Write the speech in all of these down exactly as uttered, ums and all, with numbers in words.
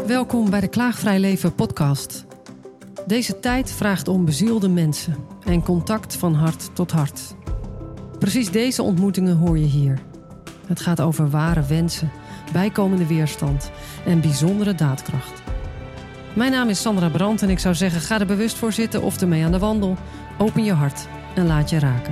Welkom bij de Klaagvrij Leven podcast. Deze tijd vraagt om bezielde mensen en contact van hart tot hart. Precies deze ontmoetingen hoor je hier. Het gaat over ware wensen, bijkomende weerstand en bijzondere daadkracht. Mijn naam is Sandra Brandt en ik zou zeggen, ga er bewust voor zitten of ermee aan de wandel. Open je hart en laat je raken.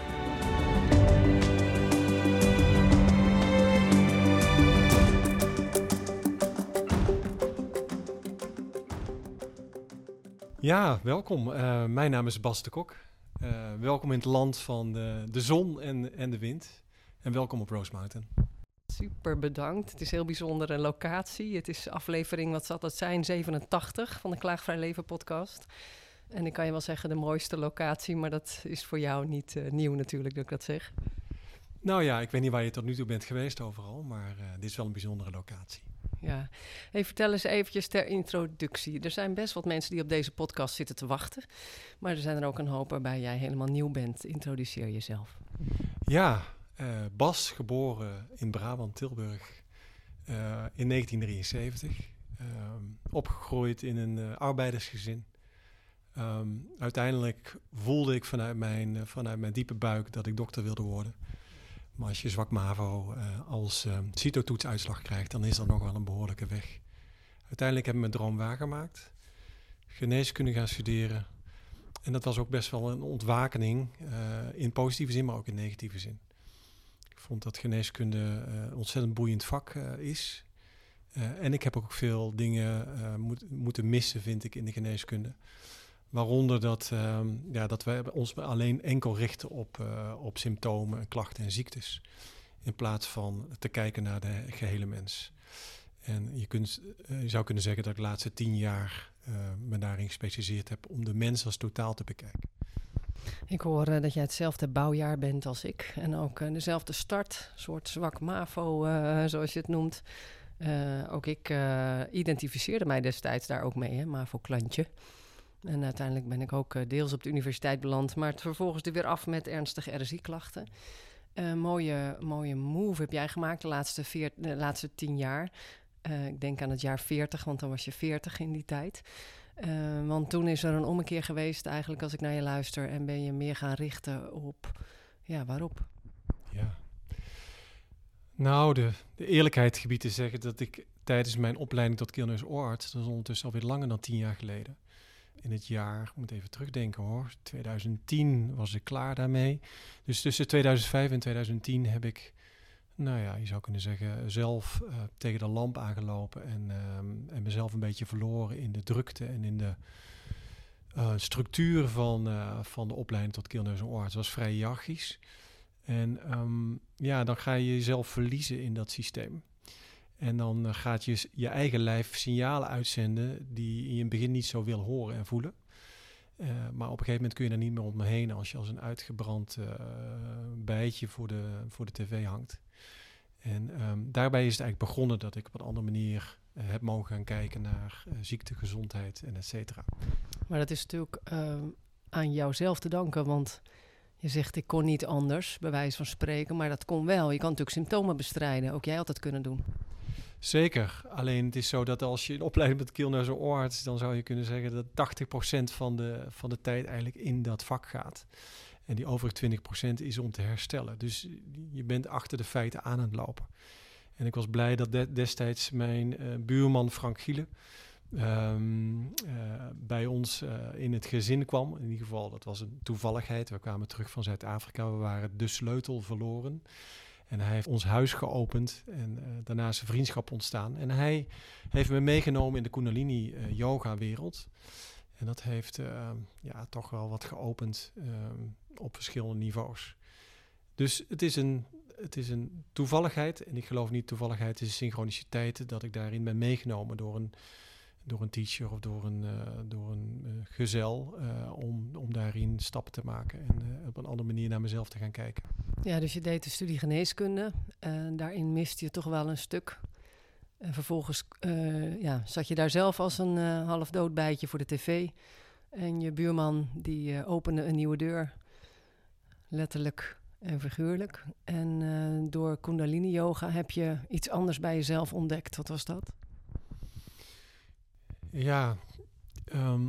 Ja, welkom. Uh, mijn naam is Bas de Kok. Uh, welkom in het land van de, de zon en, en de wind. En welkom op Rose Mountain. Super bedankt. Het is een heel bijzondere locatie. Het is aflevering, wat zal dat zijn, zevenentachtig van de Klaagvrij Leven podcast. En ik kan je wel zeggen de mooiste locatie, maar dat is voor jou niet uh, nieuw natuurlijk dat ik dat zeg. Nou ja, ik weet niet waar je tot nu toe bent geweest overal, maar uh, dit is wel een bijzondere locatie. Ja, hey, vertel eens eventjes ter introductie. Er zijn best wat mensen die op deze podcast zitten te wachten. Maar er zijn er ook een hoop waarbij jij helemaal nieuw bent. Introduceer jezelf. Ja, uh, Bas, geboren in Brabant, Tilburg, uh, in negentien drieënzeventig. Uh, opgegroeid in een uh, arbeidersgezin. Um, uiteindelijk voelde ik vanuit mijn, uh, vanuit mijn diepe buik dat ik dokter wilde worden. Maar als je zwak MAVO uh, als uh, CITO-toetsuitslag krijgt, dan is dat nog wel een behoorlijke weg. Uiteindelijk heb ik mijn droom waargemaakt. Geneeskunde gaan studeren. En dat was ook best wel een ontwakening, uh, in positieve zin, maar ook in negatieve zin. Ik vond dat geneeskunde uh, een ontzettend boeiend vak uh, is. Uh, en ik heb ook veel dingen uh, moet, moeten missen, vind ik, in de geneeskunde. Waaronder dat, uh, ja, dat wij ons alleen enkel richten op, uh, op symptomen, klachten en ziektes. In plaats van te kijken naar de gehele mens. En je, kunt, uh, je zou kunnen zeggen dat ik de laatste tien jaar uh, me daarin gespecialiseerd heb om de mens als totaal te bekijken. Ik hoor uh, dat jij hetzelfde bouwjaar bent als ik. En ook uh, dezelfde start, soort zwak MAVO, uh, zoals je het noemt. Uh, ook ik uh, identificeerde mij destijds daar ook mee, hè, MAVO-klantje. En uiteindelijk ben ik ook uh, deels op de universiteit beland, maar het vervolgens er weer af met ernstige R S I-klachten. Uh, mooie, mooie move heb jij gemaakt de laatste, veer, de laatste tien jaar. Uh, ik denk aan het jaar veertig, want dan was je veertig in die tijd. Uh, want toen is er een ommekeer geweest eigenlijk als ik naar je luister en ben je meer gaan richten op, ja, waarop? Ja. Nou, de, de eerlijkheid gebied te zeggen dat ik tijdens mijn opleiding tot keelneus-oorarts, dat is ondertussen alweer langer dan tien jaar geleden, in het jaar, ik moet even terugdenken hoor, tweeduizend tien was ik klaar daarmee. Dus tussen tweeduizend vijf en tweeduizend tien heb ik, nou ja, je zou kunnen zeggen, zelf uh, tegen de lamp aangelopen en, um, en mezelf een beetje verloren in de drukte en in de uh, structuur van, uh, van de opleiding tot keelneus en oorarts. Het was vrij hiërarchisch. En um, ja, dan ga je jezelf verliezen in dat systeem. En dan uh, gaat je je eigen lijf signalen uitzenden die je in het begin niet zo wil horen en voelen. Uh, maar op een gegeven moment kun je er niet meer om me heen als je als een uitgebrand uh, bijtje voor de, voor de tv hangt. En um, daarbij is het eigenlijk begonnen dat ik op een andere manier uh, heb mogen gaan kijken naar uh, ziekte, gezondheid en et cetera. Maar dat is natuurlijk uh, aan jouzelf te danken, want je zegt ik kon niet anders, bij wijze van spreken, maar dat kon wel. Je kan natuurlijk symptomen bestrijden, ook jij had dat kunnen doen. Zeker, alleen het is zo dat als je een opleiding met keelneus en oorarts, dan zou je kunnen zeggen dat tachtig procent van de, van de tijd eigenlijk in dat vak gaat. En die overige twintig procent is om te herstellen. Dus je bent achter de feiten aan het lopen. En ik was blij dat de, destijds mijn uh, buurman Frank Gielen um, uh, bij ons uh, in het gezin kwam. In ieder geval, dat was een toevalligheid. We kwamen terug van Zuid-Afrika, we waren de sleutel verloren. En hij heeft ons huis geopend en uh, daarna is een vriendschap ontstaan. En hij heeft me meegenomen in de Kundalini-yoga-wereld. Uh, en dat heeft uh, ja, toch wel wat geopend uh, op verschillende niveaus. Dus het is, een, het is een toevalligheid. En ik geloof niet toevalligheid, het is een synchroniciteit dat ik daarin ben meegenomen door een, door een teacher of door een, uh, door een uh, gezel. Uh, om, om daarin stappen te maken en uh, op een andere manier naar mezelf te gaan kijken. Ja, dus je deed de studie geneeskunde. Uh, daarin miste je toch wel een stuk. En vervolgens uh, ja, zat je daar zelf als een uh, half dood bijtje voor de tv. En je buurman die uh, opende een nieuwe deur. Letterlijk en figuurlijk. En uh, door Kundalini yoga heb je iets anders bij jezelf ontdekt. Wat was dat? Ja, um,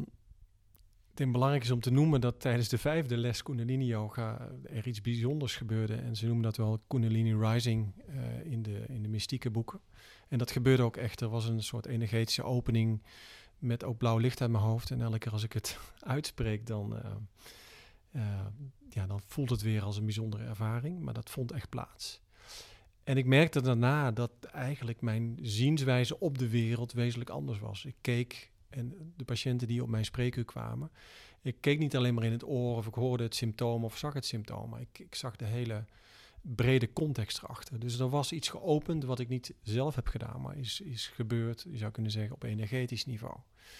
ik denk belangrijk is om te noemen dat tijdens de vijfde les Kundalini Yoga er iets bijzonders gebeurde. En ze noemen dat wel Kundalini Rising uh, in, de, in de mystieke boeken. En dat gebeurde ook echt. Er was een soort energetische opening met ook blauw licht uit mijn hoofd. En elke keer als ik het uitspreek, dan, uh, uh, ja, dan voelt het weer als een bijzondere ervaring. Maar dat vond echt plaats. En ik merkte daarna dat eigenlijk mijn zienswijze op de wereld wezenlijk anders was. Ik keek, en de patiënten die op mijn spreekuur kwamen, ik keek niet alleen maar in het oor of ik hoorde het symptoom of zag het symptoom, maar ik, ik zag de hele brede context erachter. Dus er was iets geopend wat ik niet zelf heb gedaan, maar is, is gebeurd, je zou kunnen zeggen, op energetisch niveau.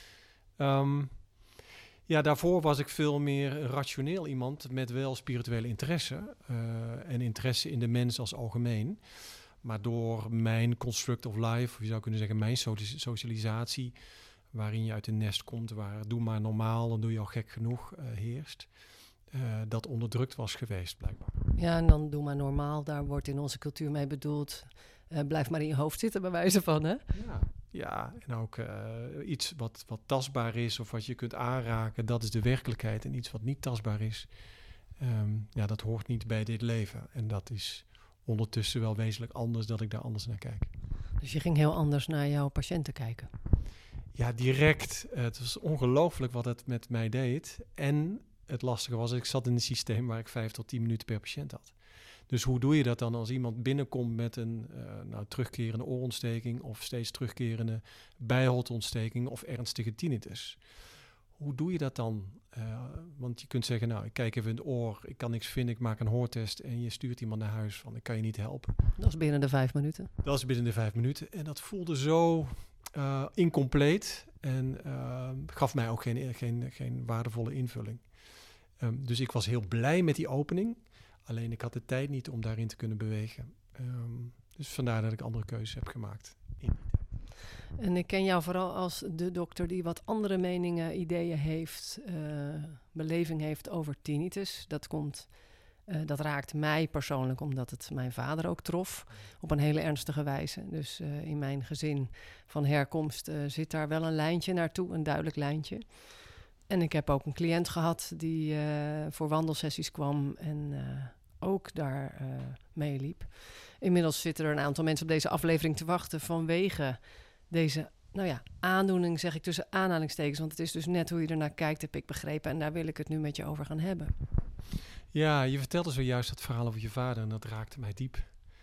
Um, ja, daarvoor was ik veel meer een rationeel iemand met wel spirituele interesse uh, en interesse in de mens als algemeen. Maar door mijn construct of life, of je zou kunnen zeggen mijn socialisatie, waarin je uit een nest komt, waar doe maar normaal, dan doe je al gek genoeg, uh, heerst. Uh, dat onderdrukt was geweest, blijkbaar. Ja, en dan doe maar normaal, daar wordt in onze cultuur mee bedoeld. Uh, blijf maar in je hoofd zitten, bij wijze van, hè? Ja, ja en ook uh, iets wat, wat tastbaar is of wat je kunt aanraken, dat is de werkelijkheid. En iets wat niet tastbaar is, um, ja, dat hoort niet bij dit leven. En dat is ondertussen wel wezenlijk anders, dat ik daar anders naar kijk. Dus je ging heel anders naar jouw patiënten kijken? Ja, direct. Uh, het was ongelooflijk wat het met mij deed. En het lastige was, ik zat in een systeem waar ik vijf tot tien minuten per patiënt had. Dus hoe doe je dat dan als iemand binnenkomt met een uh, nou, terugkerende oorontsteking of steeds terugkerende bijholteontsteking of ernstige tinnitus? Hoe doe je dat dan? Uh, want je kunt zeggen, nou, ik kijk even in het oor, ik kan niks vinden, ik maak een hoortest en je stuurt iemand naar huis van, ik kan je niet helpen. Dat is binnen de vijf minuten? Dat is binnen de vijf minuten en dat voelde zo uh, incompleet en uh, gaf mij ook geen, geen, geen waardevolle invulling. Um, dus ik was heel blij met die opening. Alleen ik had de tijd niet om daarin te kunnen bewegen. Um, dus vandaar dat ik andere keuzes heb gemaakt. En ik ken jou vooral als de dokter die wat andere meningen, ideeën heeft, uh, beleving heeft over tinnitus. Dat komt, uh, dat raakt mij persoonlijk omdat het mijn vader ook trof op een hele ernstige wijze. Dus uh, in mijn gezin van herkomst uh, zit daar wel een lijntje naartoe, een duidelijk lijntje. En ik heb ook een cliënt gehad die uh, voor wandelsessies kwam en uh, ook daar uh, meeliep. Inmiddels zitten er een aantal mensen op deze aflevering te wachten vanwege deze, nou ja, aandoening, zeg ik tussen aanhalingstekens. Want het is dus net hoe je ernaar kijkt, heb ik begrepen. En daar wil ik het nu met je over gaan hebben. Ja, je vertelde zojuist dat verhaal over je vader en dat raakte mij diep.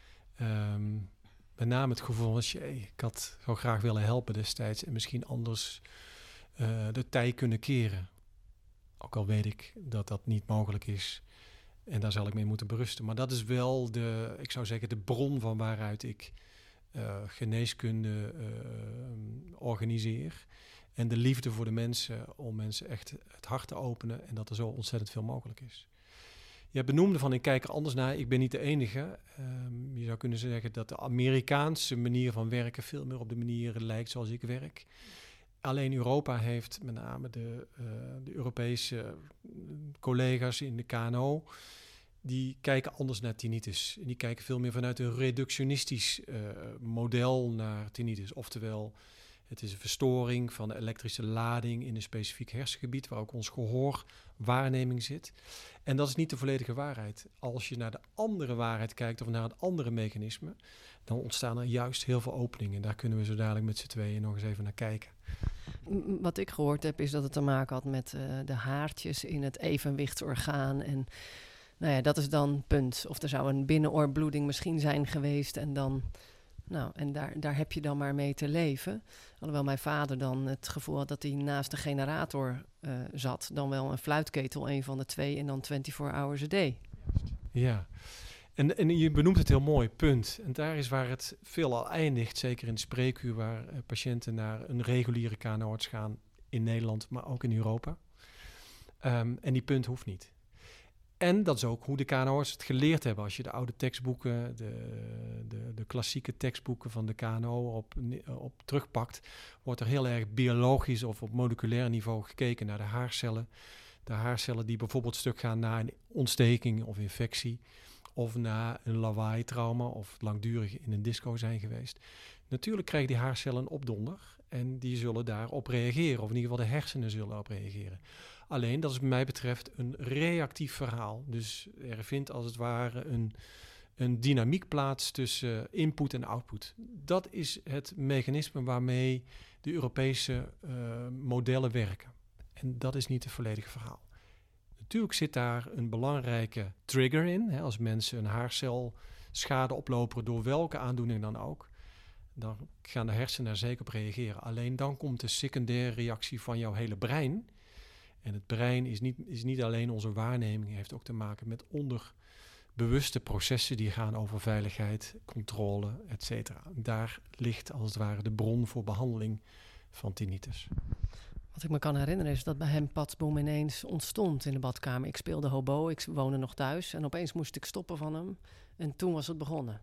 Um, met name het gevoel van, jee, ik had zo graag willen helpen destijds en misschien anders uh, de tij kunnen keren. Ook al weet ik dat dat niet mogelijk is en daar zal ik mee moeten berusten. Maar dat is wel de, ik zou zeggen, de bron van waaruit ik uh, geneeskunde uh, organiseer. En de liefde voor de mensen, om mensen echt het hart te openen en dat er zo ontzettend veel mogelijk is. Je benoemde van, ik kijk er anders naar, ik ben niet de enige. Um, je zou kunnen zeggen dat de Amerikaanse manier van werken veel meer op de manier lijkt zoals ik werk. Alleen Europa heeft, met name de, uh, de Europese collega's in de K N O, die kijken anders naar tinnitus. En die kijken veel meer vanuit een reductionistisch uh, model naar tinnitus. Oftewel, het is een verstoring van de elektrische lading in een specifiek hersengebied, waar ook ons gehoorwaarneming zit. En dat is niet de volledige waarheid. Als je naar de andere waarheid kijkt of naar het andere mechanisme, dan ontstaan er juist heel veel openingen. En daar kunnen we zo dadelijk met z'n tweeën nog eens even naar kijken. Wat ik gehoord heb, is dat het te maken had met uh, de haartjes in het evenwichtsorgaan. En nou ja, dat is dan punt. Of er zou een binnenoorbloeding misschien zijn geweest en dan... Nou, en daar, daar heb je dan maar mee te leven. Alhoewel mijn vader dan het gevoel had dat hij naast de generator uh, zat. Dan wel een fluitketel, een van de twee, en dan vierentwintig hours a day. Ja, en, en je benoemt het heel mooi, punt. En daar is waar het veelal eindigt, zeker in de spreekuur, waar uh, patiënten naar een reguliere K N O-arts gaan in Nederland, maar ook in Europa. Um, en die punt hoeft niet. En dat is ook hoe de K N O'ers het geleerd hebben. Als je de oude tekstboeken, de, de, de klassieke tekstboeken van de K N O op, op terugpakt, wordt er heel erg biologisch of op moleculair niveau gekeken naar de haarcellen. De haarcellen die bijvoorbeeld stuk gaan na een ontsteking of infectie. of na een lawaai-trauma of langdurig in een disco zijn geweest. Natuurlijk krijgen die haarcellen een opdonder en die zullen daarop reageren. Of in ieder geval de hersenen zullen op reageren. Alleen, dat is wat mij betreft een reactief verhaal. Dus er vindt als het ware een, een dynamiek plaats tussen input en output. Dat is het mechanisme waarmee de Europese uh, modellen werken. En dat is niet het volledige verhaal. Natuurlijk zit daar een belangrijke trigger in. Hè, als mensen een haarcelschade oplopen door welke aandoening dan ook, dan gaan de hersenen daar zeker op reageren. Alleen dan komt de secundaire reactie van jouw hele brein. En het brein is niet, is niet alleen onze waarneming, heeft ook te maken met onderbewuste processen die gaan over veiligheid, controle, et cetera. Daar ligt als het ware de bron voor behandeling van tinnitus. Wat ik me kan herinneren is dat bij hem patsboom ineens ontstond in de badkamer. Ik speelde hobo, ik woonde nog thuis en opeens moest ik stoppen van hem. En toen was het begonnen.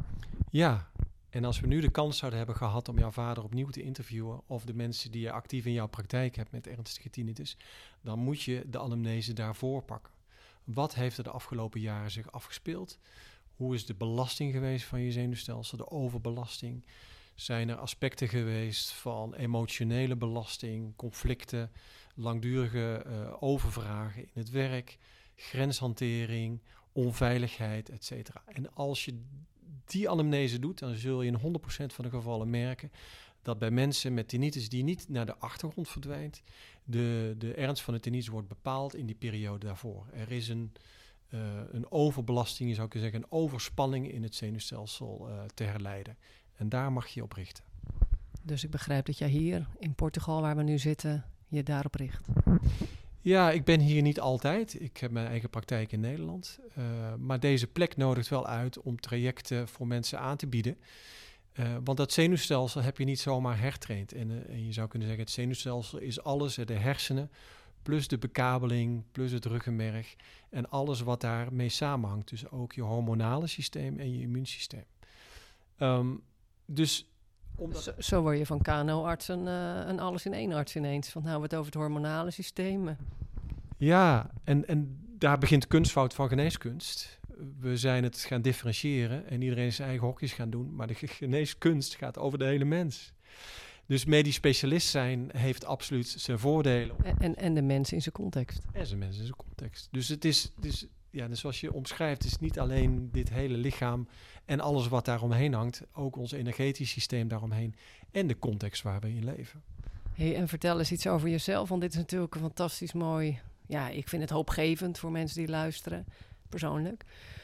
Ja, en als we nu de kans zouden hebben gehad om jouw vader opnieuw te interviewen, of de mensen die je actief in jouw praktijk hebt met ernstige tinnitus, dan moet je de anamnese daarvoor pakken. Wat heeft er de afgelopen jaren zich afgespeeld? Hoe is de belasting geweest van je zenuwstelsel, de overbelasting? Zijn er aspecten geweest van emotionele belasting, conflicten, langdurige uh, overvragen in het werk, grenshantering, onveiligheid, et cetera. En als je die anamnese doet, dan zul je in honderd procent van de gevallen merken dat bij mensen met tinnitus die niet naar de achtergrond verdwijnt, de, de ernst van de tinnitus wordt bepaald in die periode daarvoor. Er is een, uh, een overbelasting, je zou kunnen zeggen, een overspanning in het zenuwstelsel uh, te herleiden. En daar mag je op richten. Dus ik begrijp dat jij hier in Portugal, waar we nu zitten, je daarop richt. Ja, ik ben hier niet altijd. Ik heb mijn eigen praktijk in Nederland. Uh, maar deze plek nodigt wel uit om trajecten voor mensen aan te bieden. Uh, want dat zenuwstelsel heb je niet zomaar hertraind. En, uh, en je zou kunnen zeggen, het zenuwstelsel is alles, de hersenen, plus de bekabeling, plus het ruggenmerg en alles wat daarmee samenhangt. Dus ook je hormonale systeem en je immuunsysteem. Um, dus... Omdat... Zo, zo word je van K N O-arts een, uh, een alles-in-één-arts ineens. Van nou, we het over het hormonale systeem. Ja, en, en daar begint kunstfout van geneeskunst. We zijn het gaan differentiëren en iedereen zijn eigen hokjes gaan doen. Maar de geneeskunst gaat over de hele mens. Dus medisch specialist zijn heeft absoluut zijn voordelen. En, en, en de mens in zijn context. En zijn mens in zijn context. Dus het is, dus, ja, dus zoals je omschrijft, is niet alleen dit hele lichaam en alles wat daaromheen hangt. Ook ons energetisch systeem daaromheen en de context waar we in leven. Hey, en vertel eens iets over jezelf, want dit is natuurlijk een fantastisch mooi... Ja, ik vind het hoopgevend voor mensen die luisteren, persoonlijk.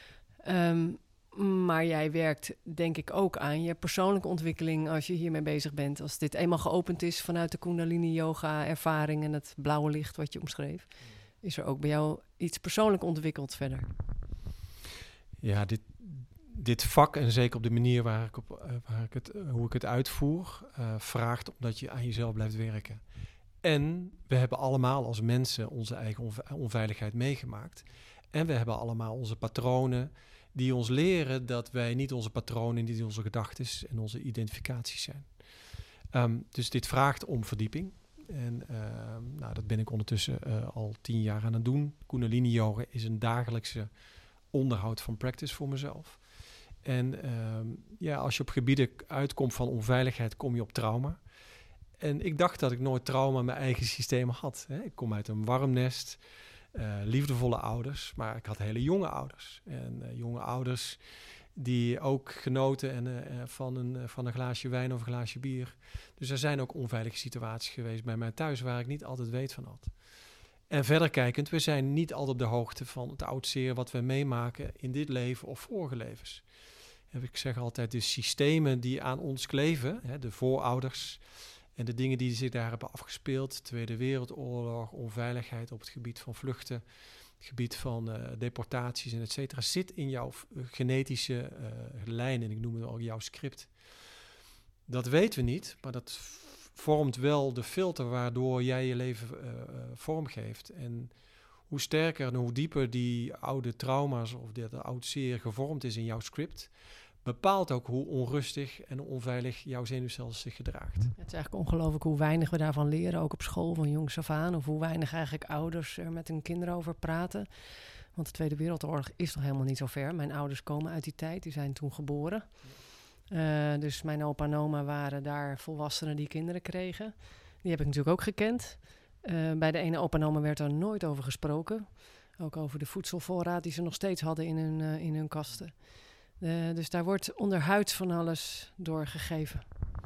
Um, maar jij werkt denk ik ook aan je persoonlijke ontwikkeling als je hiermee bezig bent. Als dit eenmaal geopend is vanuit de Kundalini yoga ervaring en het blauwe licht wat je omschreef. Is er ook bij jou iets persoonlijk ontwikkeld verder? Ja, dit, dit vak en zeker op de manier waar ik op, uh, waar ik het, uh, hoe ik het uitvoer, uh, vraagt omdat je aan jezelf blijft werken. En we hebben allemaal als mensen onze eigen onve- onveiligheid meegemaakt. En we hebben allemaal onze patronen die ons leren dat wij niet onze patronen, niet onze gedachten en onze identificaties zijn. Um, dus dit vraagt om verdieping. En uh, nou, dat ben ik ondertussen uh, al tien jaar aan het doen. Kundalini yoga is een dagelijkse onderhoud van practice voor mezelf. En um, ja, als je op gebieden uitkomt van onveiligheid, kom je op trauma. En ik dacht dat ik nooit trauma in mijn eigen systeem had. Hè. Ik kom uit een warm nest, uh, liefdevolle ouders, maar ik had hele jonge ouders. En uh, jonge ouders die ook genoten en, uh, van, een, uh, van een glaasje wijn of een glaasje bier. Dus er zijn ook onveilige situaties geweest bij mij thuis waar ik niet altijd weet van had. En verder kijkend, we zijn niet altijd op de hoogte van het oud zeer wat we meemaken in dit leven of vorige levens. En ik zeg altijd, de systemen die aan ons kleven, hè, de voorouders en de dingen die zich daar hebben afgespeeld, Tweede Wereldoorlog, onveiligheid op het gebied van vluchten, het gebied van uh, deportaties en et cetera, zit in jouw genetische uh, lijn en ik noem het al jouw script. Dat weten we niet, maar dat vormt wel de filter waardoor jij je leven uh, vormgeeft. En hoe sterker en hoe dieper die oude trauma's of dat oud zeer gevormd is in jouw script, bepaalt ook hoe onrustig en onveilig jouw zenuwstelsel zich gedraagt. Het is eigenlijk ongelooflijk hoe weinig we daarvan leren, ook op school van jongs af aan, of hoe weinig eigenlijk ouders er met hun kinderen over praten. Want de Tweede Wereldoorlog is nog helemaal niet zo ver. Mijn ouders komen uit die tijd, die zijn toen geboren. Uh, dus mijn opa en oma waren daar volwassenen die kinderen kregen. Die heb ik natuurlijk ook gekend. Uh, bij de ene opa en oma werd er nooit over gesproken. Ook over de voedselvoorraad die ze nog steeds hadden in hun, uh, in hun kasten. Uh, dus daar wordt onderhuids van alles doorgegeven.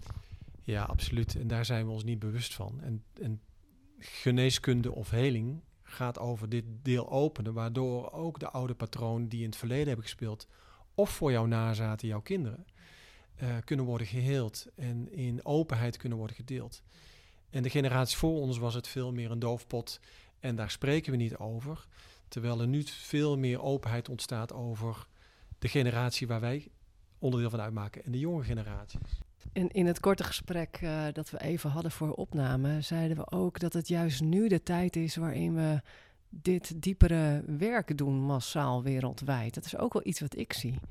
Ja, absoluut. En daar zijn we ons niet bewust van. En, en geneeskunde of heling gaat over dit deel openen, waardoor ook de oude patronen die in het verleden hebben gespeeld, of voor jouw nazaten, jouw kinderen, uh, kunnen worden geheeld en in openheid kunnen worden gedeeld. En de generatie voor ons was het veel meer een doofpot en daar spreken we niet over. Terwijl er nu veel meer openheid ontstaat over de generatie waar wij onderdeel van uitmaken en de jonge generaties. En in het korte gesprek uh, dat we even hadden voor opname, zeiden we ook dat het juist nu de tijd is waarin we dit diepere werk doen, massaal wereldwijd. Dat is ook wel iets wat ik zie.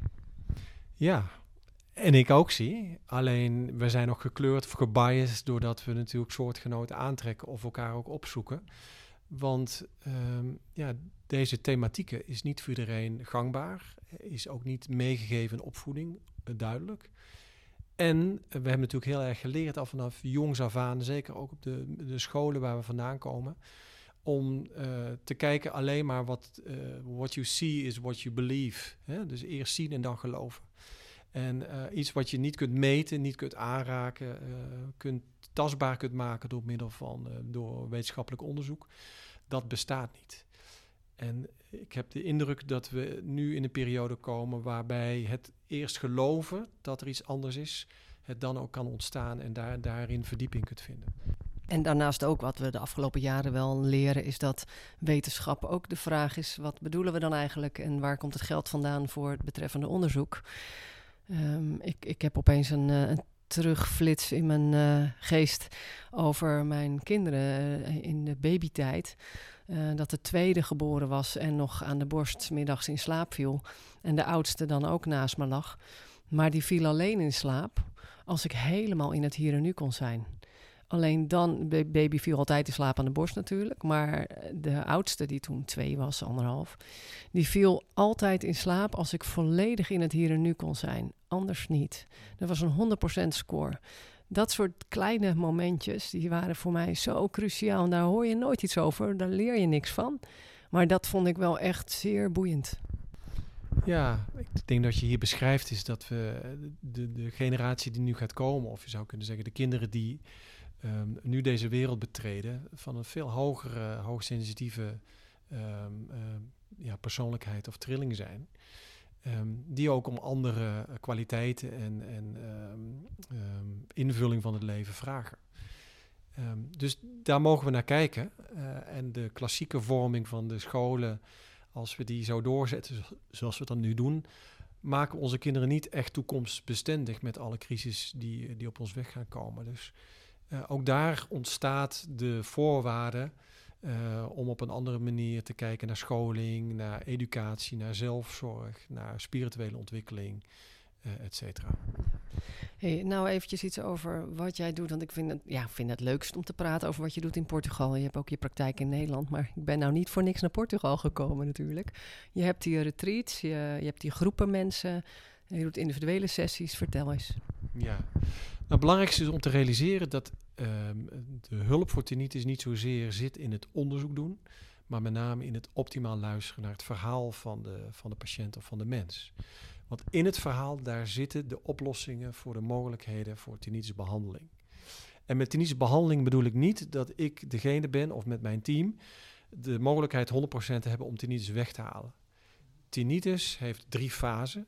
Ja, en ik ook zie. Alleen we zijn nog gekleurd of gebiased doordat we natuurlijk soortgenoten aantrekken of elkaar ook opzoeken. Want um, ja, deze thematieken is niet voor iedereen gangbaar, is ook niet meegegeven in opvoeding, uh, duidelijk. En we hebben natuurlijk heel erg geleerd al vanaf jongs af aan, zeker ook op de, de scholen waar we vandaan komen, om uh, te kijken alleen maar wat uh, what you see is what you believe. Hè? Dus eerst zien en dan geloven. En uh, iets wat je niet kunt meten, niet kunt aanraken, uh, kunt, tastbaar kunt maken door middel van uh, door wetenschappelijk onderzoek, dat bestaat niet. En ik heb de indruk dat we nu in een periode komen waarbij het eerst geloven dat er iets anders is, het dan ook kan ontstaan en daar, daarin verdieping kunt vinden. En daarnaast ook wat we de afgelopen jaren wel leren is dat wetenschap ook de vraag is, wat bedoelen we dan eigenlijk en waar komt het geld vandaan voor het betreffende onderzoek? Um, ik, ik heb opeens een, een terugflits in mijn uh, geest over mijn kinderen uh, in de babytijd. Uh, dat de tweede geboren was en nog aan de borst 's middags in slaap viel. En de oudste dan ook naast me lag. Maar die viel alleen in slaap als ik helemaal in het hier en nu kon zijn. Alleen dan, de baby viel altijd in slaap aan de borst natuurlijk. Maar de oudste, die toen twee was, anderhalf, die viel altijd in slaap als ik volledig in het hier en nu kon zijn. Anders niet. Dat was een honderd procent score. Dat soort kleine momentjes, die waren voor mij zo cruciaal. En daar hoor je nooit iets over, daar leer je niks van. Maar dat vond ik wel echt zeer boeiend. Ja, ik denk dat je hier beschrijft is dat we de, de generatie die nu gaat komen, of je zou kunnen zeggen de kinderen die um, nu deze wereld betreden, van een veel hogere, hoogsensitieve um, um, ja, persoonlijkheid of trilling zijn. Um, die ook om andere uh, kwaliteiten en, en um, um, invulling van het leven vragen. Um, dus daar mogen we naar kijken. Uh, en de klassieke vorming van de scholen, als we die zo doorzetten zoals we dat nu doen, maken onze kinderen niet echt toekomstbestendig met alle crisis die, die op ons weg gaan komen. Dus uh, ook daar ontstaat de voorwaarde Uh, om op een andere manier te kijken naar scholing, naar educatie, naar zelfzorg, naar spirituele ontwikkeling, uh, et cetera. Hey, nou eventjes iets over wat jij doet, want ik vind het, ja, vind het leukst om te praten over wat je doet in Portugal. Je hebt ook je praktijk in Nederland, maar ik ben nou niet voor niks naar Portugal gekomen natuurlijk. Je hebt hier retreats, je, je hebt hier groepen mensen, je doet individuele sessies. Vertel eens. Ja, nou, het belangrijkste is om te realiseren dat um, de hulp voor tinnitus niet zozeer zit in het onderzoek doen, maar met name in het optimaal luisteren naar het verhaal van de, van de patiënt of van de mens. Want in het verhaal, daar zitten de oplossingen voor de mogelijkheden voor tinnitusbehandeling. En met tinnitusbehandeling bedoel ik niet dat ik degene ben, of met mijn team, de mogelijkheid honderd procent te hebben om tinnitus weg te halen. Tinnitus heeft drie fasen.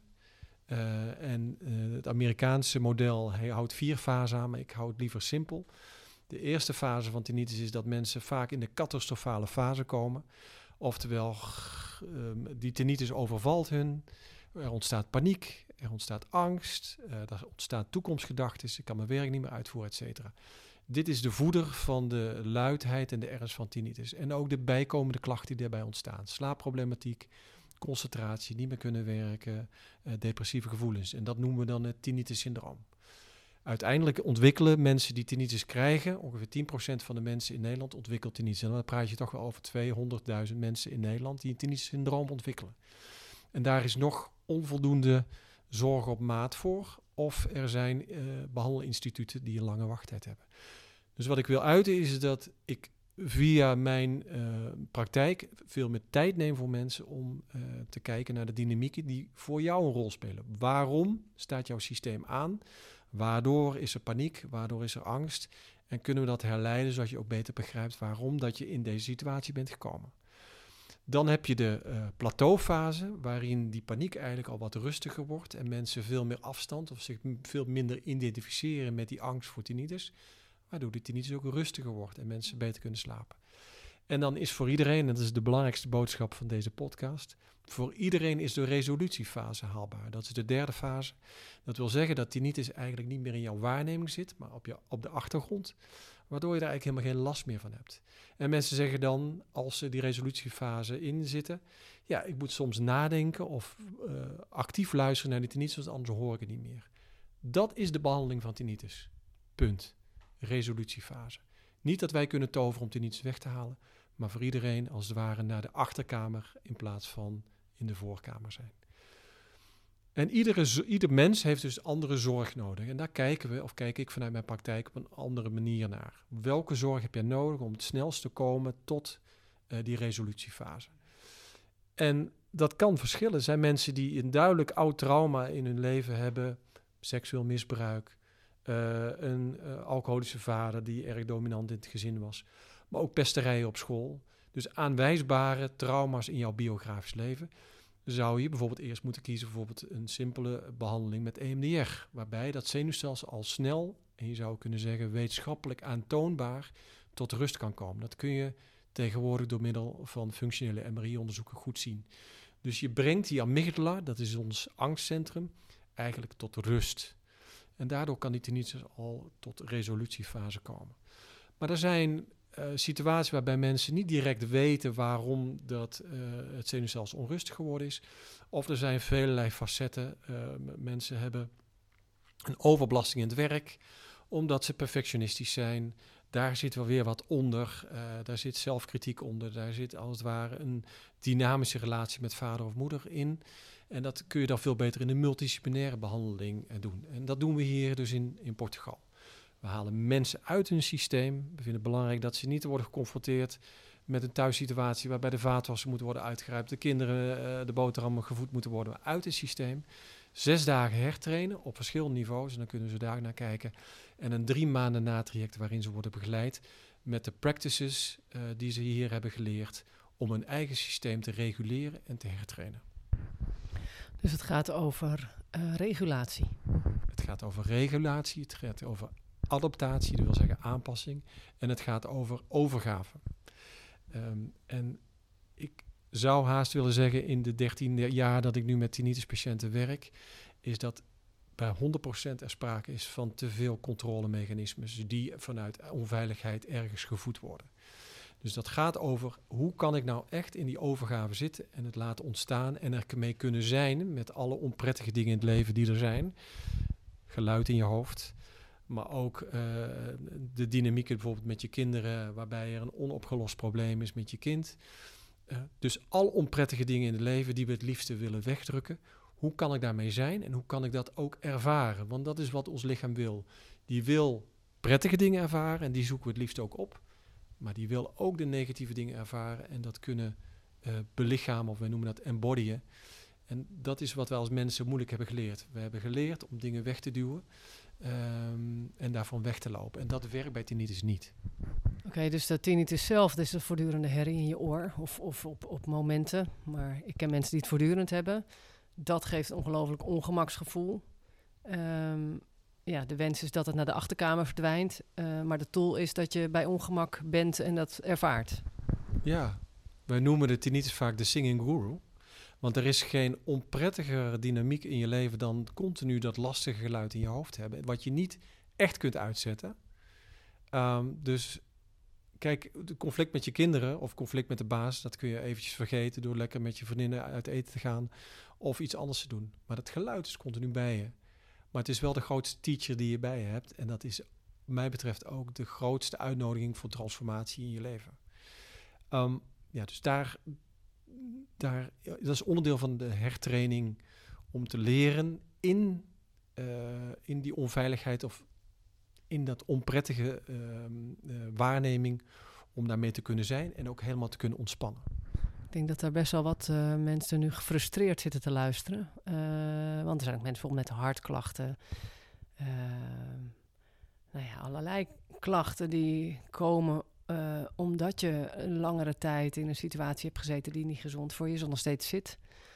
Uh, en uh, het Amerikaanse model hij houdt vier fasen aan, maar ik hou het liever simpel. De eerste fase van tinnitus is dat mensen vaak in de catastrofale fase komen. Oftewel, uh, die tinnitus overvalt hun. Er ontstaat paniek, er ontstaat angst, uh, er ontstaat toekomstgedachten. Ik kan mijn werk niet meer uitvoeren, et cetera. Dit is de voeder van de luidheid en de ernst van tinnitus. En ook de bijkomende klachten die daarbij ontstaan. Slaapproblematiek, concentratie, niet meer kunnen werken, uh, depressieve gevoelens. En dat noemen we dan het tinnitus syndroom. Uiteindelijk ontwikkelen mensen die tinnitus krijgen, ongeveer tien procent van de mensen in Nederland ontwikkelt tinnitus. En dan praat je toch wel over tweehonderdduizend mensen in Nederland die een tinnitus-syndroom ontwikkelen. En daar is nog onvoldoende zorg op maat voor. Of er zijn uh, behandelinstituten die een lange wachttijd hebben. Dus wat ik wil uiten is dat ik via mijn uh, praktijk veel meer tijd neem voor mensen om uh, te kijken naar de dynamieken die voor jou een rol spelen. Waarom staat jouw systeem aan? Waardoor is er paniek? Waardoor is er angst? En kunnen we dat herleiden zodat je ook beter begrijpt waarom dat je in deze situatie bent gekomen. Dan heb je de uh, plateaufase, waarin die paniek eigenlijk al wat rustiger wordt en mensen veel meer afstand of zich veel minder identificeren met die angst voor tinnitus, waardoor die tinnitus ook rustiger wordt en mensen beter kunnen slapen. En dan is voor iedereen, en dat is de belangrijkste boodschap van deze podcast, voor iedereen is de resolutiefase haalbaar. Dat is de derde fase. Dat wil zeggen dat tinnitus eigenlijk niet meer in jouw waarneming zit, maar op, je, op de achtergrond, waardoor je daar eigenlijk helemaal geen last meer van hebt. En mensen zeggen dan, als ze die resolutiefase in zitten, ja, ik moet soms nadenken of uh, actief luisteren naar die tinnitus, want anders hoor ik het niet meer. Dat is de behandeling van tinnitus. Punt. Resolutiefase. Niet dat wij kunnen toveren om tinnitus weg te halen, maar voor iedereen als het ware naar de achterkamer in plaats van in de voorkamer zijn. En iedere, ieder mens heeft dus andere zorg nodig. En daar kijken we, of kijk ik vanuit mijn praktijk, op een andere manier naar. Welke zorg heb je nodig om het snelst te komen tot uh, die resolutiefase? En dat kan verschillen. Er zijn mensen die een duidelijk oud trauma in hun leven hebben, seksueel misbruik, uh, een uh, alcoholische vader die erg dominant in het gezin was, maar ook pesterijen op school. Dus aanwijsbare trauma's in jouw biografisch leven. Zou je bijvoorbeeld eerst moeten kiezen voor bijvoorbeeld een simpele behandeling met E M D R, waarbij dat zenuwstelsel al snel, en je zou kunnen zeggen wetenschappelijk aantoonbaar, tot rust kan komen. Dat kun je tegenwoordig door middel van functionele M R I-onderzoeken goed zien. Dus je brengt die amygdala, dat is ons angstcentrum, eigenlijk tot rust. En daardoor kan die tinnitus al tot resolutiefase komen. Maar er zijn Uh, situaties waarbij mensen niet direct weten waarom dat, uh, het zenuwstelsel onrustig geworden is. Of er zijn velelei facetten. Uh, mensen hebben een overbelasting in het werk, omdat ze perfectionistisch zijn. Daar zit wel weer wat onder. Uh, daar zit zelfkritiek onder. Daar zit als het ware een dynamische relatie met vader of moeder in. En dat kun je dan veel beter in de multidisciplinaire behandeling uh, doen. En dat doen we hier dus in, in Portugal. We halen mensen uit hun systeem. We vinden het belangrijk dat ze niet worden geconfronteerd met een thuissituatie waarbij de vaatwasser moet worden uitgeruimd, de kinderen uh, de boterhammen gevoed moeten worden, maar uit het systeem. Zes dagen hertrainen op verschillende niveaus en dan kunnen ze daar naar kijken. En een drie maanden natraject waarin ze worden begeleid met de practices uh, die ze hier hebben geleerd om hun eigen systeem te reguleren en te hertrainen. Dus het gaat over uh, regulatie. Het gaat over regulatie, het gaat over adaptatie, dat wil zeggen aanpassing. En het gaat over overgave. Um, en ik zou haast willen zeggen, in de dertien jaar dat ik nu met tinnituspatiënten werk, is dat bij honderd procent er sprake is van te veel controlemechanismes die vanuit onveiligheid ergens gevoed worden. Dus dat gaat over hoe kan ik nou echt in die overgave zitten en het laten ontstaan en er mee kunnen zijn met alle onprettige dingen in het leven die er zijn. Geluid in je hoofd. Maar ook uh, de dynamieken bijvoorbeeld met je kinderen, waarbij er een onopgelost probleem is met je kind. Uh, dus al onprettige dingen in het leven die we het liefste willen wegdrukken. Hoe kan ik daarmee zijn en hoe kan ik dat ook ervaren? Want dat is wat ons lichaam wil. Die wil prettige dingen ervaren en die zoeken we het liefst ook op. Maar die wil ook de negatieve dingen ervaren en dat kunnen uh, belichamen, of wij noemen dat embodyen. En dat is wat wij als mensen moeilijk hebben geleerd. We hebben geleerd om dingen weg te duwen. Um, en daarvan weg te lopen. En dat werkt bij tinnitus niet. Oké, okay, dus de tinnitus zelf, dat is de voortdurende herrie in je oor of, of op, op momenten. Maar ik ken mensen die het voortdurend hebben. Dat geeft een ongelooflijk ongemaksgevoel. Um, ja, de wens is dat het naar de achterkamer verdwijnt. Uh, maar de tool is dat je bij ongemak bent en dat ervaart. Ja, wij noemen de tinnitus vaak de singing guru. Want er is geen onprettiger dynamiek in je leven dan continu dat lastige geluid in je hoofd hebben. Wat je niet echt kunt uitzetten. Um, dus kijk, het conflict met je kinderen of conflict met de baas, dat kun je eventjes vergeten door lekker met je vriendinnen uit eten te gaan of iets anders te doen. Maar dat geluid is continu bij je. Maar het is wel de grootste teacher die je bij je hebt. En dat is, wat mij betreft, ook de grootste uitnodiging voor transformatie in je leven. Um, ja, dus daar, daar, dat is onderdeel van de hertraining om te leren in, uh, in die onveiligheid of in dat onprettige uh, uh, waarneming om daarmee te kunnen zijn en ook helemaal te kunnen ontspannen. Ik denk dat er best wel wat uh, mensen nu gefrustreerd zitten te luisteren. Uh, want er zijn ook mensen bijvoorbeeld met hartklachten. Uh, nou ja, allerlei klachten die komen uh, omdat je een langere tijd in een situatie hebt gezeten die niet gezond voor je is, nog steeds zit.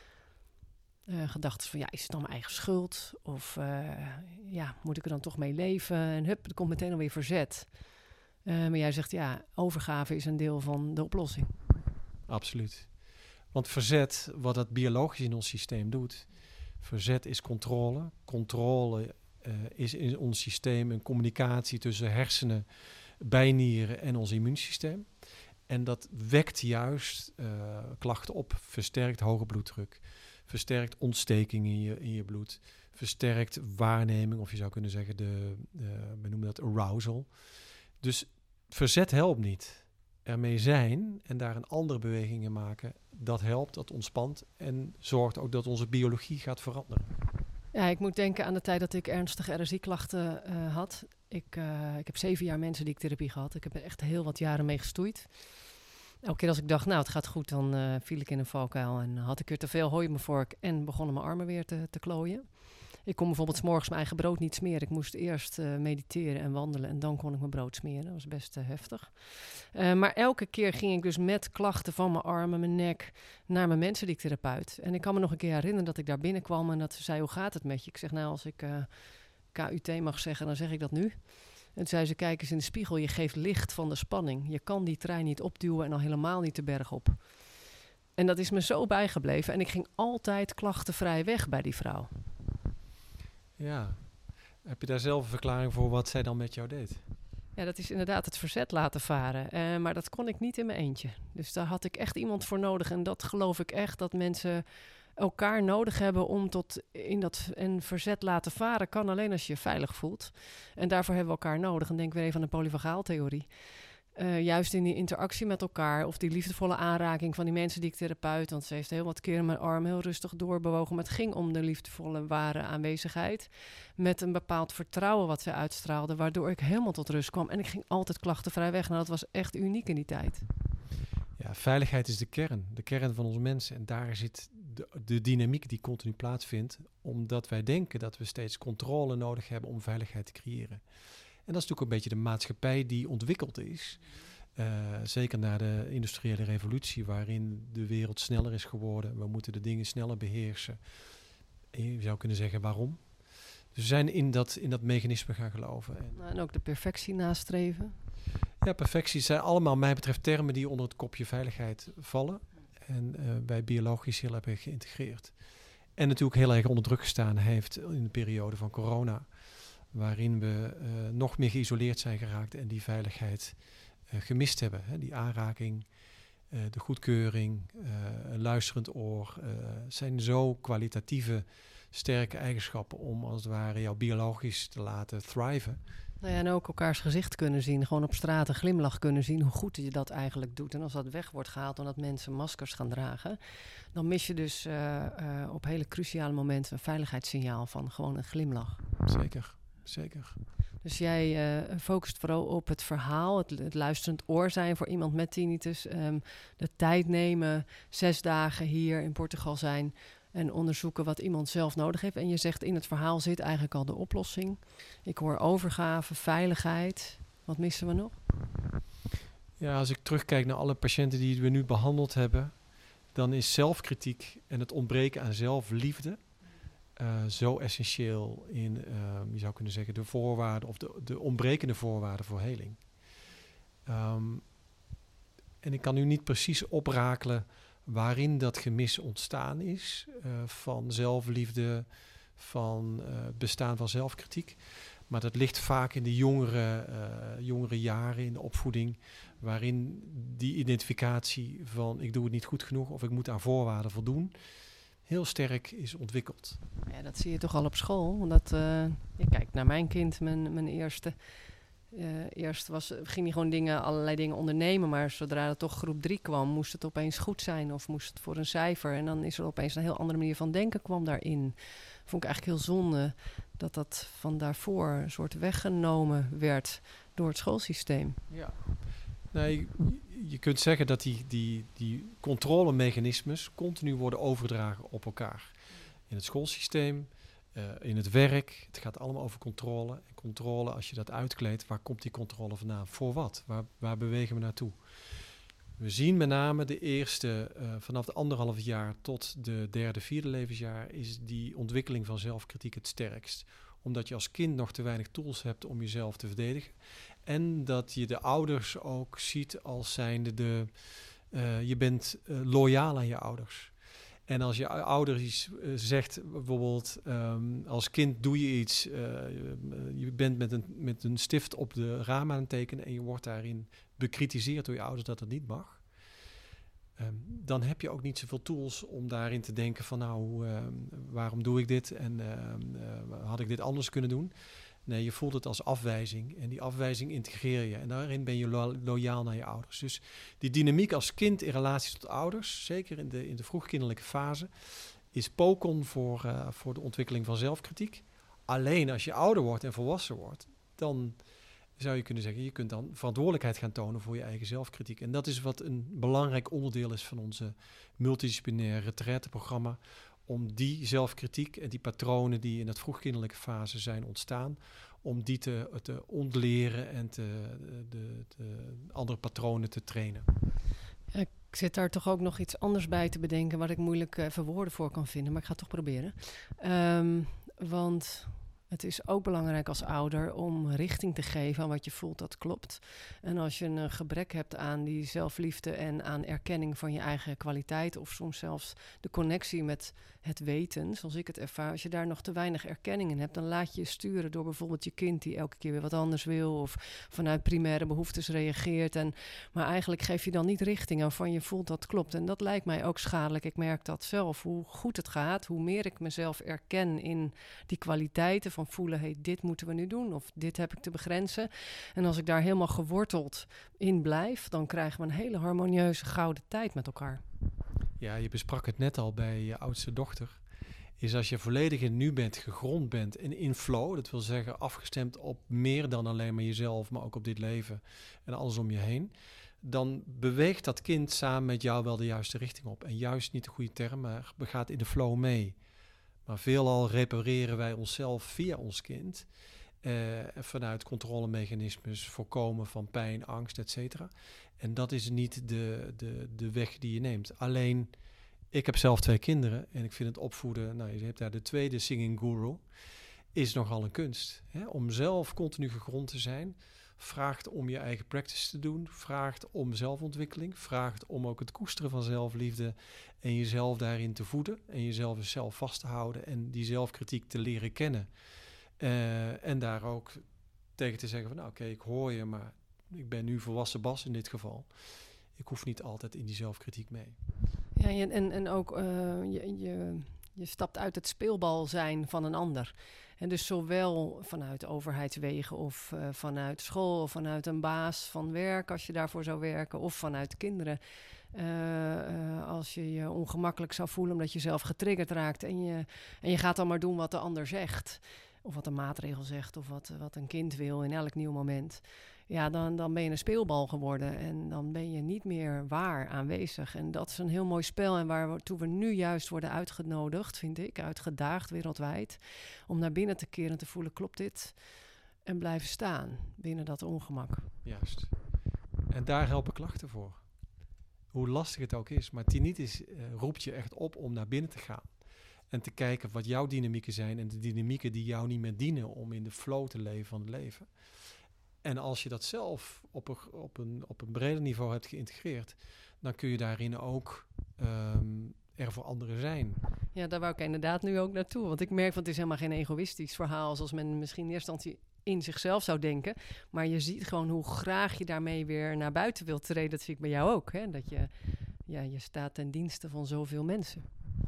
Uh, gedachten van, ja, is het dan mijn eigen schuld? Of uh, ja, moet ik er dan toch mee leven? En hup, er komt meteen alweer verzet. Uh, maar jij zegt, ja, overgave is een deel van de oplossing. Absoluut. Want verzet, wat dat biologisch in ons systeem doet, verzet is controle. Controle uh, is in ons systeem een communicatie tussen hersenen, bijnieren en ons immuunsysteem. En dat wekt juist uh, klachten op, versterkt hoge bloeddruk, versterkt ontsteking in je, in je bloed, versterkt waarneming, of je zou kunnen zeggen, de, de, we noemen dat arousal. Dus verzet helpt niet. Ermee zijn en daar een andere beweging in maken, dat helpt, dat ontspant en zorgt ook dat onze biologie gaat veranderen. Ja, ik moet denken aan de tijd dat ik ernstige R S I-klachten uh, had. Ik, uh, ik heb zeven jaar mensendiektherapie gehad. Ik heb er echt heel wat jaren mee gestoeid. Elke keer als ik dacht, nou, het gaat goed, dan uh, viel ik in een valkuil en had ik weer te veel hooi in mijn vork en begonnen mijn armen weer te, te klooien. Ik kon bijvoorbeeld 's morgens mijn eigen brood niet smeren. Ik moest eerst uh, mediteren en wandelen en dan kon ik mijn brood smeren. Dat was best uh, heftig. Uh, maar elke keer ging ik dus met klachten van mijn armen, mijn nek, naar mijn mensendiekttherapeut. En ik kan me nog een keer herinneren dat ik daar binnenkwam en dat ze zei, hoe gaat het met je? Ik zeg, nou, als ik uh, K U T mag zeggen, dan zeg ik dat nu. En toen zei ze, kijk eens in de spiegel, je geeft licht van de spanning. Je kan die trein niet opduwen en al helemaal niet de berg op. En dat is me zo bijgebleven. En ik ging altijd klachtenvrij weg bij die vrouw. Ja, heb je daar zelf een verklaring voor wat zij dan met jou deed? Ja, dat is inderdaad het verzet laten varen. Uh, maar dat kon ik niet in mijn eentje. Dus daar had ik echt iemand voor nodig. En dat geloof ik echt, dat mensen elkaar nodig hebben om tot in dat en verzet laten varen kan alleen als je je veilig voelt. En daarvoor hebben we elkaar nodig. En denk weer even aan de polyvagaaltheorie. Uh, juist in die interactie met elkaar of die liefdevolle aanraking van die mensen die ik therapeut, want ze heeft heel wat keren mijn arm heel rustig doorbewogen, maar het ging om de liefdevolle ware aanwezigheid met een bepaald vertrouwen wat ze uitstraalde, waardoor ik helemaal tot rust kwam en ik ging altijd klachtenvrij weg. Nou, dat was echt uniek in die tijd. Ja, veiligheid is de kern, de kern van ons mensen en daar zit de, de dynamiek die continu plaatsvindt, omdat wij denken dat we steeds controle nodig hebben om veiligheid te creëren. En dat is natuurlijk een beetje de maatschappij die ontwikkeld is. Uh, zeker na de industriële revolutie, waarin de wereld sneller is geworden. We moeten de dingen sneller beheersen. En je zou kunnen zeggen waarom. Dus we zijn in dat, in dat mechanisme gaan geloven. En, en ook de perfectie nastreven. Ja, perfectie zijn allemaal, mij betreft, termen die onder het kopje veiligheid vallen. En uh, bij biologisch heel erg geïntegreerd. En natuurlijk heel erg onder druk gestaan heeft in de periode van corona, waarin we uh, nog meer geïsoleerd zijn geraakt en die veiligheid uh, gemist hebben. Hè? Die aanraking, uh, de goedkeuring, uh, een luisterend oor, uh, zijn zo kwalitatieve, sterke eigenschappen om als het ware jou biologisch te laten thriven. Nou ja, en ook elkaars gezicht kunnen zien, gewoon op straat een glimlach kunnen zien, hoe goed je dat eigenlijk doet. En als dat weg wordt gehaald omdat mensen maskers gaan dragen, dan mis je dus uh, uh, op hele cruciale momenten een veiligheidssignaal van gewoon een glimlach. Zeker. Zeker. Dus jij uh, focust vooral op het verhaal, het, het luisterend oor zijn voor iemand met tinnitus. Um, de tijd nemen, zes dagen hier in Portugal zijn en onderzoeken wat iemand zelf nodig heeft. En je zegt in het verhaal zit eigenlijk al de oplossing. Ik hoor overgave, veiligheid. Wat missen we nog? Ja, als ik terugkijk naar alle patiënten die we nu behandeld hebben, dan is zelfkritiek en het ontbreken aan zelfliefde Uh, zo essentieel in, uh, je zou kunnen zeggen, de voorwaarden of de, de ontbrekende voorwaarden voor heling. Um, en ik kan nu niet precies oprakelen waarin dat gemis ontstaan is, uh, van zelfliefde, van uh, bestaan van zelfkritiek. Maar dat ligt vaak in de jongere, uh, jongere jaren in de opvoeding, waarin die identificatie van ik doe het niet goed genoeg of ik moet aan voorwaarden voldoen, heel sterk is ontwikkeld. Ja, dat zie je toch al op school. Omdat, uh, je kijkt naar mijn kind, mijn, mijn eerste. Uh, eerst was, ging hij gewoon dingen, allerlei dingen ondernemen. Maar zodra het toch groep drie kwam, moest het opeens goed zijn. Of moest het voor een cijfer. En dan is er opeens een heel andere manier van denken kwam daarin. Vond ik eigenlijk heel zonde dat dat van daarvoor een soort weggenomen werd door het schoolsysteem. Ja. Nee, je kunt zeggen dat die, die, die controlemechanismes continu worden overgedragen op elkaar. In het schoolsysteem, uh, in het werk. Het gaat allemaal over controle. En controle, als je dat uitkleedt, waar komt die controle vandaan? Voor wat? Waar, waar bewegen we naartoe? We zien met name de eerste, uh, vanaf de anderhalf jaar tot de derde, vierde levensjaar, is die ontwikkeling van zelfkritiek het sterkst. Omdat je als kind nog te weinig tools hebt om jezelf te verdedigen. En dat je de ouders ook ziet als zijnde de... Uh, je bent uh, loyaal aan je ouders. En als je ouder iets uh, zegt, bijvoorbeeld um, als kind doe je iets... Uh, je bent met een, met een stift op de raam aan het tekenen... en je wordt daarin bekritiseerd door je ouders dat het niet mag... Um, dan heb je ook niet zoveel tools om daarin te denken van... nou, uh, waarom doe ik dit en uh, uh, had ik dit anders kunnen doen... Nee, je voelt het als afwijzing. En die afwijzing integreer je. En daarin ben je lo- loyaal naar je ouders. Dus die dynamiek als kind in relatie tot ouders... zeker in de, in de vroegkinderlijke fase... is pokon voor, uh, voor de ontwikkeling van zelfkritiek. Alleen als je ouder wordt en volwassen wordt... dan zou je kunnen zeggen... je kunt dan verantwoordelijkheid gaan tonen voor je eigen zelfkritiek. En dat is wat een belangrijk onderdeel is... van onze multidisciplinaire retraiteprogramma... om die zelfkritiek en die patronen die in het vroegkinderlijke fase zijn ontstaan, om die te, te ontleren en te, de, de andere patronen te trainen. Ja, ik zit daar toch ook nog iets anders bij te bedenken, waar ik moeilijk even woorden voor kan vinden, maar ik ga het toch proberen. Um, want het is ook belangrijk als ouder om richting te geven aan wat je voelt dat klopt. En als je een gebrek hebt aan die zelfliefde en aan erkenning van je eigen kwaliteit, of soms zelfs de connectie met het weten, zoals ik het ervaar, als je daar nog te weinig erkenning in hebt, dan laat je je sturen door bijvoorbeeld je kind die elke keer weer wat anders wil of vanuit primaire behoeftes reageert. En, maar eigenlijk geef je dan niet richting aan van je voelt dat klopt. En dat lijkt mij ook schadelijk. Ik merk dat zelf, hoe goed het gaat, hoe meer ik mezelf erken in die kwaliteiten van voelen, hey, dit moeten we nu doen of dit heb ik te begrenzen. En als ik daar helemaal geworteld in blijf, dan krijgen we een hele harmonieuze gouden tijd met elkaar. Ja, je besprak het net al bij je oudste dochter. Is als je volledig in nu bent, gegrond bent en in flow, dat wil zeggen afgestemd op meer dan alleen maar jezelf, maar ook op dit leven en alles om je heen, dan beweegt dat kind samen met jou wel de juiste richting op. En juist niet de goede term, maar gaat in de flow mee. Maar veelal repareren wij onszelf via ons kind. Uh, vanuit controlemechanismes, voorkomen van pijn, angst, et cetera. En dat is niet de, de, de weg die je neemt. Alleen, ik heb zelf twee kinderen en ik vind het opvoeden, nou je hebt daar de tweede singing guru, is nogal een kunst. Hè? Om zelf continu gegrond te zijn, vraagt om je eigen practice te doen, vraagt om zelfontwikkeling, vraagt om ook het koesteren van zelfliefde en jezelf daarin te voeden en jezelf dus zelf vast te houden en die zelfkritiek te leren kennen. Uh, en daar ook tegen te zeggen van nou oké, okay, ik hoor je, maar ik ben nu volwassen Bas in dit geval. Ik hoef niet altijd in die zelfkritiek mee. Ja, en, en ook uh, je, je, je stapt uit het speelbal zijn van een ander. En dus zowel vanuit overheidswegen of uh, vanuit school of vanuit een baas van werk als je daarvoor zou werken of vanuit kinderen. Uh, uh, als je je ongemakkelijk zou voelen omdat je zelf getriggerd raakt en je, en je gaat dan maar doen wat de ander zegt. Of wat een maatregel zegt of wat, wat een kind wil in elk nieuw moment. Ja, dan, dan ben je een speelbal geworden en dan ben je niet meer waar aanwezig. En dat is een heel mooi spel en waartoe we nu juist worden uitgenodigd, vind ik, uitgedaagd wereldwijd, om naar binnen te keren en te voelen, klopt dit? En blijven staan binnen dat ongemak. Juist. En daar helpen klachten voor. Hoe lastig het ook is, maar tinnitus uh, roept je echt op om naar binnen te gaan. En te kijken wat jouw dynamieken zijn en de dynamieken die jou niet meer dienen om in de flow te leven van het leven. En als je dat zelf op een, op een, op een breder niveau hebt geïntegreerd, dan kun je daarin ook um, er voor anderen zijn. Ja, daar wou ik inderdaad nu ook naartoe. Want ik merk, want het is helemaal geen egoïstisch verhaal zoals men misschien in eerste instantie in zichzelf zou denken. Maar je ziet gewoon hoe graag je daarmee weer naar buiten wilt treden. Dat zie ik bij jou ook. Hè? Dat je, ja, je staat ten dienste van zoveel mensen.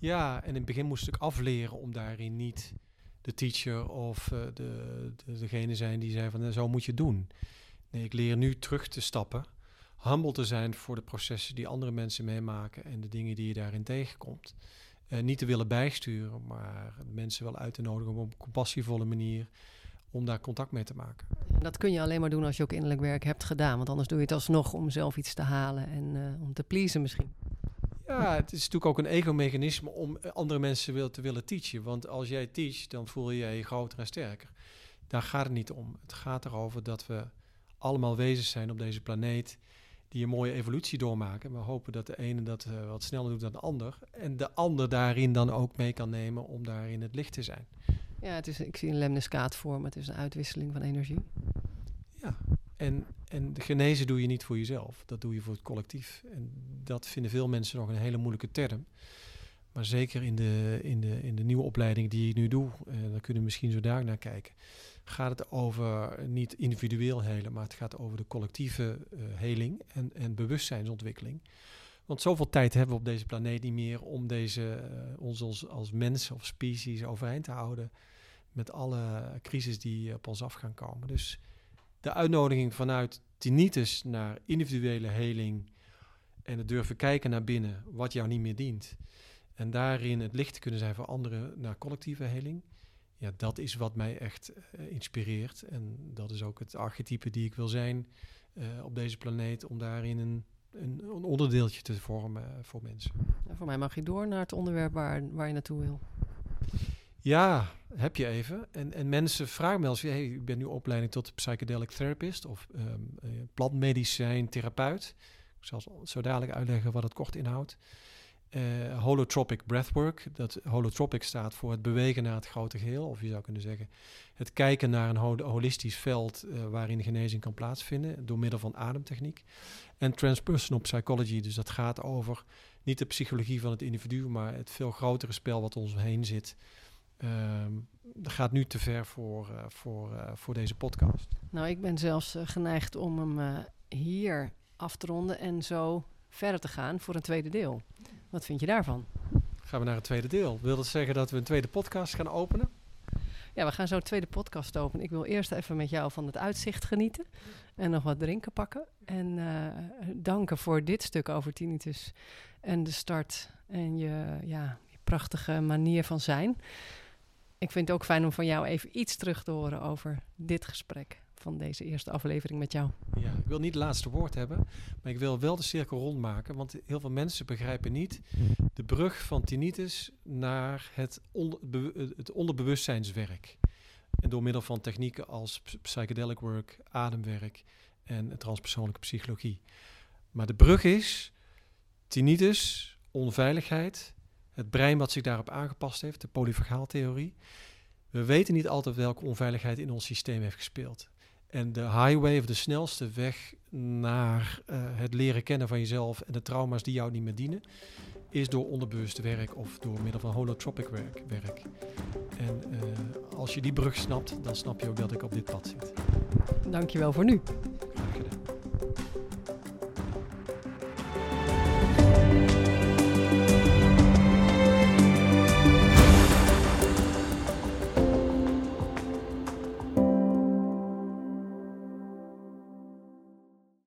Ja, en in het begin moest ik afleren om daarin niet de teacher of uh, de, de, degene zijn die zei van zo moet je het doen. Nee, ik leer nu terug te stappen, humble te zijn voor de processen die andere mensen meemaken en de dingen die je daarin tegenkomt. Uh, niet te willen bijsturen, maar mensen wel uit te nodigen op een compassievolle manier om daar contact mee te maken. En dat kun je alleen maar doen als je ook innerlijk werk hebt gedaan, want anders doe je het alsnog om zelf iets te halen en uh, om te pleasen misschien. Ja, het is natuurlijk ook een ego-mechanisme om andere mensen wil, te willen teachen. Want als jij teacht, dan voel je je groter en sterker. Daar gaat het niet om. Het gaat erover dat we allemaal wezens zijn op deze planeet die een mooie evolutie doormaken. We hopen dat de ene dat uh, wat sneller doet dan de ander. En de ander daarin dan ook mee kan nemen om daarin het licht te zijn. Ja, het is, ik zie een lemniscaatvorm. Het is een uitwisseling van energie. Ja, en, en de genezen doe je niet voor jezelf. Dat doe je voor het collectief. En dat vinden veel mensen nog een hele moeilijke term. Maar zeker in de, in de, in de nieuwe opleiding die ik nu doe, uh, daar kunnen we misschien zo daar naar kijken, gaat het over niet individueel helen, maar het gaat over de collectieve uh, heling en, en bewustzijnsontwikkeling. Want zoveel tijd hebben we op deze planeet niet meer om deze, uh, ons als, als mensen of species overeind te houden met alle crises die op ons af gaan komen. Dus de uitnodiging vanuit tinnitus naar individuele heling en het durven kijken naar binnen wat jou niet meer dient. En daarin het licht te kunnen zijn voor anderen naar collectieve heling. Ja, dat is wat mij echt uh, inspireert. En dat is ook het archetype die ik wil zijn uh, op deze planeet. Om daarin een, een, een onderdeeltje te vormen uh, voor mensen. Nou, voor mij mag je door naar het onderwerp waar, waar je naartoe wil. Ja, heb je even. En, en mensen vragen me als je, hey, ik ben nu opleiding tot psychedelic therapist of um, uh, plantmedicijn therapeut. Ik zal zo dadelijk uitleggen wat het kort inhoudt. Uh, holotropic breathwork. Dat holotropic staat voor het bewegen naar het grote geheel. Of je zou kunnen zeggen het kijken naar een ho- holistisch veld uh, waarin genezing kan plaatsvinden door middel van ademtechniek. En transpersonal psychology. Dus dat gaat over niet de psychologie van het individu, maar het veel grotere spel wat ons heen zit. Um, dat gaat nu te ver voor, uh, voor, uh, voor deze podcast. Nou, ik ben zelfs uh, geneigd om hem uh, hier af te ronden en zo verder te gaan voor een tweede deel. Wat vind je daarvan? Gaan we naar het tweede deel. Wil dat zeggen dat we een tweede podcast gaan openen? Ja, we gaan zo een tweede podcast openen. Ik wil eerst even met jou van het uitzicht genieten en nog wat drinken pakken. En uh, danken voor dit stuk over tinnitus en de start en je, ja, je prachtige manier van zijn. Ik vind het ook fijn om van jou even iets terug te horen over dit gesprek van deze eerste aflevering met jou. Ja, ik wil niet het laatste woord hebben, maar ik wil wel de cirkel rondmaken, want heel veel mensen begrijpen niet de brug van tinnitus naar het, onder, be, het onderbewustzijnswerk. En door middel van technieken als psychedelic work, ademwerk en transpersoonlijke psychologie. Maar de brug is tinnitus, onveiligheid, het brein wat zich daarop aangepast heeft, de polyvagaaltheorie. We weten niet altijd welke onveiligheid in ons systeem heeft gespeeld. En de highway, of de snelste weg naar uh, het leren kennen van jezelf en de trauma's die jou niet meer dienen, is door onderbewuste werk of door middel van holotropic werk. werk. En uh, als je die brug snapt, dan snap je ook dat ik op dit pad zit. Dankjewel voor nu.